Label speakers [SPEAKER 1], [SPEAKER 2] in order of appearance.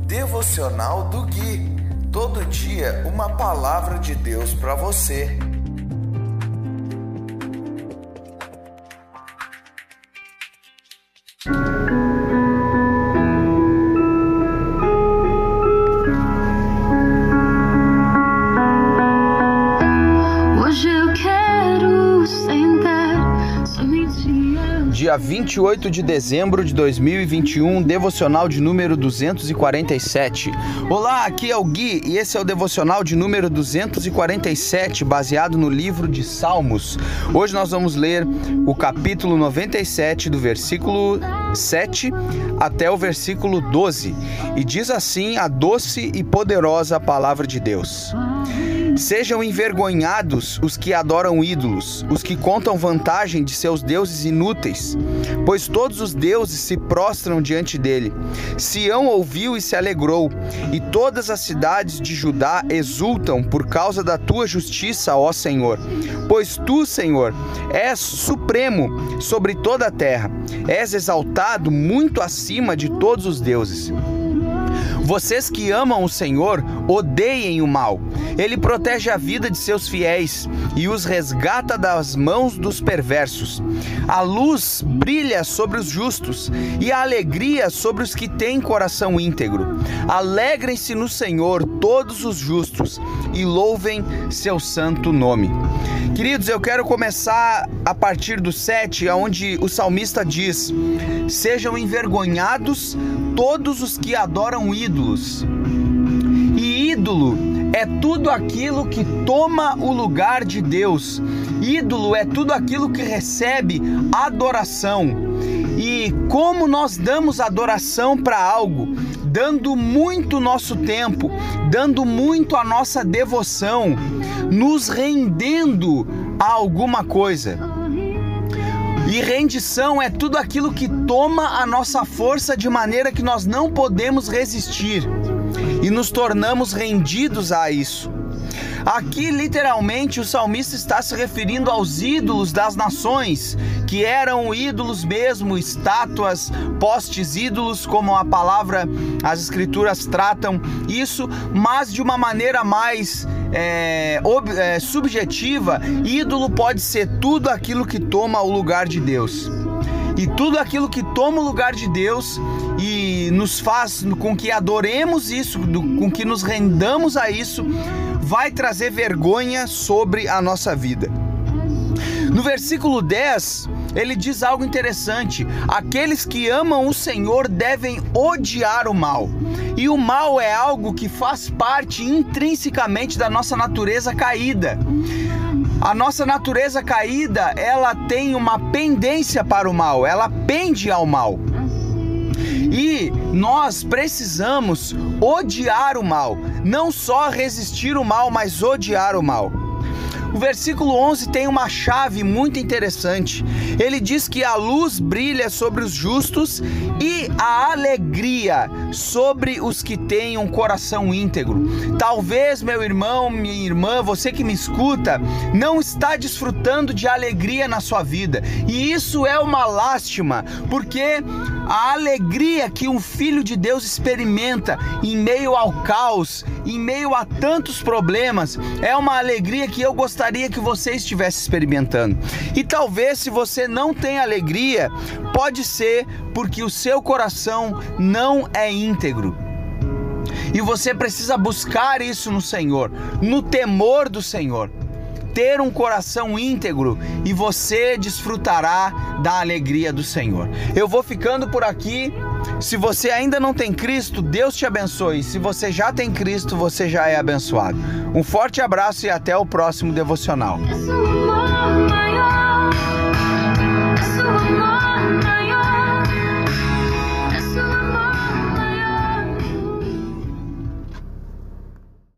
[SPEAKER 1] Devocional do Gui. Todo dia uma palavra de Deus para você.
[SPEAKER 2] Dia 28 de dezembro de 2021, devocional de número 247. Olá, aqui é o Gui e esse é o devocional de número 247, baseado no livro de Salmos. Hoje nós vamos ler o capítulo 97, do versículo 7 até o versículo 12. E diz assim a doce e poderosa palavra de Deus. Sejam envergonhados os que adoram ídolos, os que contam vantagem de seus deuses inúteis, pois todos os deuses se prostram diante dele. Sião ouviu e se alegrou, e todas as cidades de Judá exultam por causa da tua justiça, ó Senhor. Pois tu, Senhor, és supremo sobre toda a terra, és exaltado muito acima de todos os deuses. Vocês que amam o Senhor, odeiem o mal. Ele protege a vida de seus fiéis e os resgata das mãos dos perversos. A luz brilha sobre os justos e a alegria sobre os que têm coração íntegro. Alegrem-se no Senhor todos os justos e louvem seu santo nome. Queridos, eu quero começar a partir do 7, onde o salmista diz: sejam envergonhados todos os que adoram ídolos. E ídolo é tudo aquilo que toma o lugar de Deus. Ídolo é tudo aquilo que recebe adoração. E como nós damos adoração para algo? Dando muito nosso tempo, dando muito a nossa devoção, nos rendendo a alguma coisa. E rendição é tudo aquilo que toma a nossa força de maneira que nós não podemos resistir e nos tornamos rendidos a isso. Aqui, literalmente, o salmista está se referindo aos ídolos das nações, que eram ídolos mesmo, estátuas, postes, ídolos, como a palavra, as escrituras tratam isso, mas de uma maneira mais subjetiva. Ídolo pode ser tudo aquilo que toma o lugar de Deus. E tudo aquilo que toma o lugar de Deus e nos faz com que adoremos isso, com que nos rendamos a isso, vai trazer vergonha sobre a nossa vida. No versículo 10, ele diz algo interessante: aqueles que amam o Senhor devem odiar o mal. E o mal é algo que faz parte intrinsecamente da nossa natureza caída. A nossa natureza caída, ela tem uma pendência para o mal, ela pende ao mal. E nós precisamos odiar o mal, não só resistir o mal, mas odiar o mal. O versículo 11 tem uma chave muito interessante. Ele diz que a luz brilha sobre os justos e a alegria sobre os que têm um coração íntegro. Talvez, meu irmão, minha irmã, você que me escuta, não está desfrutando de alegria na sua vida. E isso é uma lástima, porque a alegria que um filho de Deus experimenta em meio ao caos, em meio a tantos problemas, é uma alegria que eu gostaria que você estivesse experimentando. E talvez, se você não tem alegria, pode ser porque o seu coração não é íntegro. E você precisa buscar isso no Senhor, no temor do Senhor. Ter um coração íntegro e você desfrutará da alegria do Senhor. Eu vou ficando por aqui. Se você ainda não tem Cristo, Deus te abençoe. Se você já tem Cristo, você já é abençoado. Um forte abraço e até o próximo devocional.